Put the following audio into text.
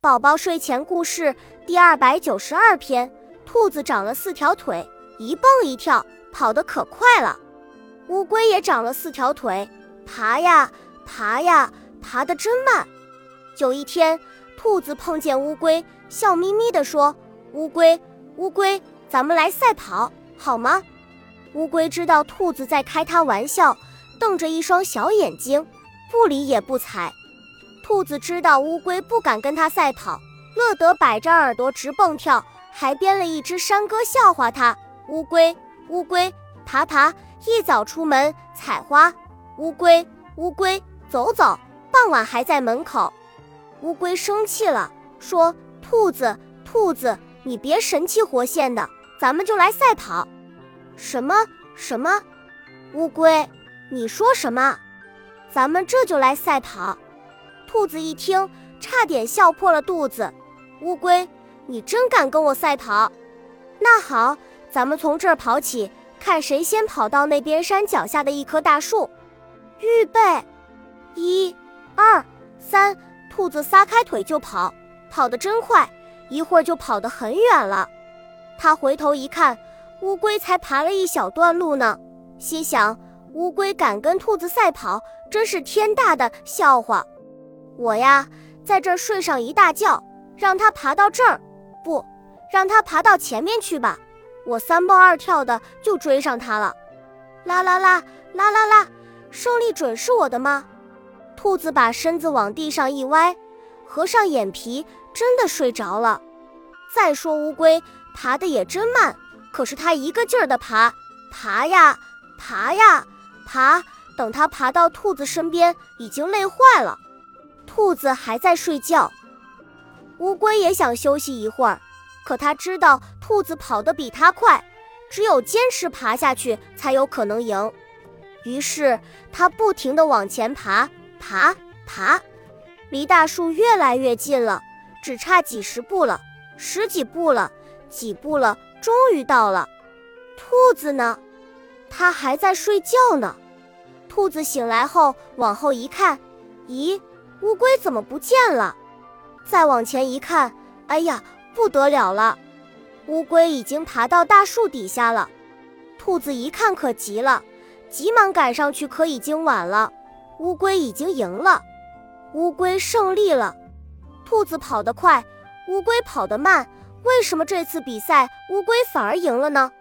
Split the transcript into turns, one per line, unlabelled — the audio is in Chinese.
宝宝睡前故事第292篇，兔子长了4条腿，一蹦一跳，跑得可快了。乌龟也长了4条腿，爬呀爬呀，爬得真慢。有一天，兔子碰见乌龟，笑眯眯地说：乌龟，乌龟，咱们来赛跑，好吗？乌龟知道兔子在开它玩笑，瞪着一双小眼睛，不理也不睬。兔子知道乌龟不敢跟它赛跑，乐得摆着耳朵直蹦跳，还编了一支山歌笑话它。乌龟，乌龟，爬爬，一早出门采花。乌龟，乌龟，走走，傍晚还在门口。乌龟生气了，说：兔子，兔子，你别神气活现的，咱们就来赛跑。什么？乌龟，你说什么？咱们这就来赛跑。兔子一听，差点笑破了肚子。乌龟，你真敢跟我赛跑？那好，咱们从这儿跑起，看谁先跑到那边山脚下的一棵大树。预备，1、2、3，兔子撒开腿就跑，跑得真快，一会儿就跑得很远了。他回头一看，乌龟才爬了一小段路呢，心想：乌龟敢跟兔子赛跑，真是天大的笑话。我呀，在这儿睡上一大觉，让它爬到这儿，不，让它爬到前面去吧，我3蹦2跳的就追上它了。啦啦啦，啦啦啦，胜利准是我的吗？兔子把身子往地上一歪，合上眼皮，真的睡着了。再说乌龟爬得也真慢，可是它一个劲儿地爬，爬呀爬呀爬，等它爬到兔子身边，已经累坏了。兔子还在睡觉，乌龟也想休息一会儿，可它知道兔子跑得比它快，只有坚持爬下去才有可能赢。于是它不停地往前爬，离大树越来越近了，只差几十步了，10几步了，几步了，终于到了。兔子呢？它还在睡觉呢。兔子醒来后往后一看，咦，乌龟怎么不见了？再往前一看，哎呀，不得了了，乌龟已经爬到大树底下了。兔子一看可急了，急忙赶上去，可已经晚了，乌龟已经赢了。乌龟胜利了。兔子跑得快，乌龟跑得慢，为什么这次比赛乌龟反而赢了呢？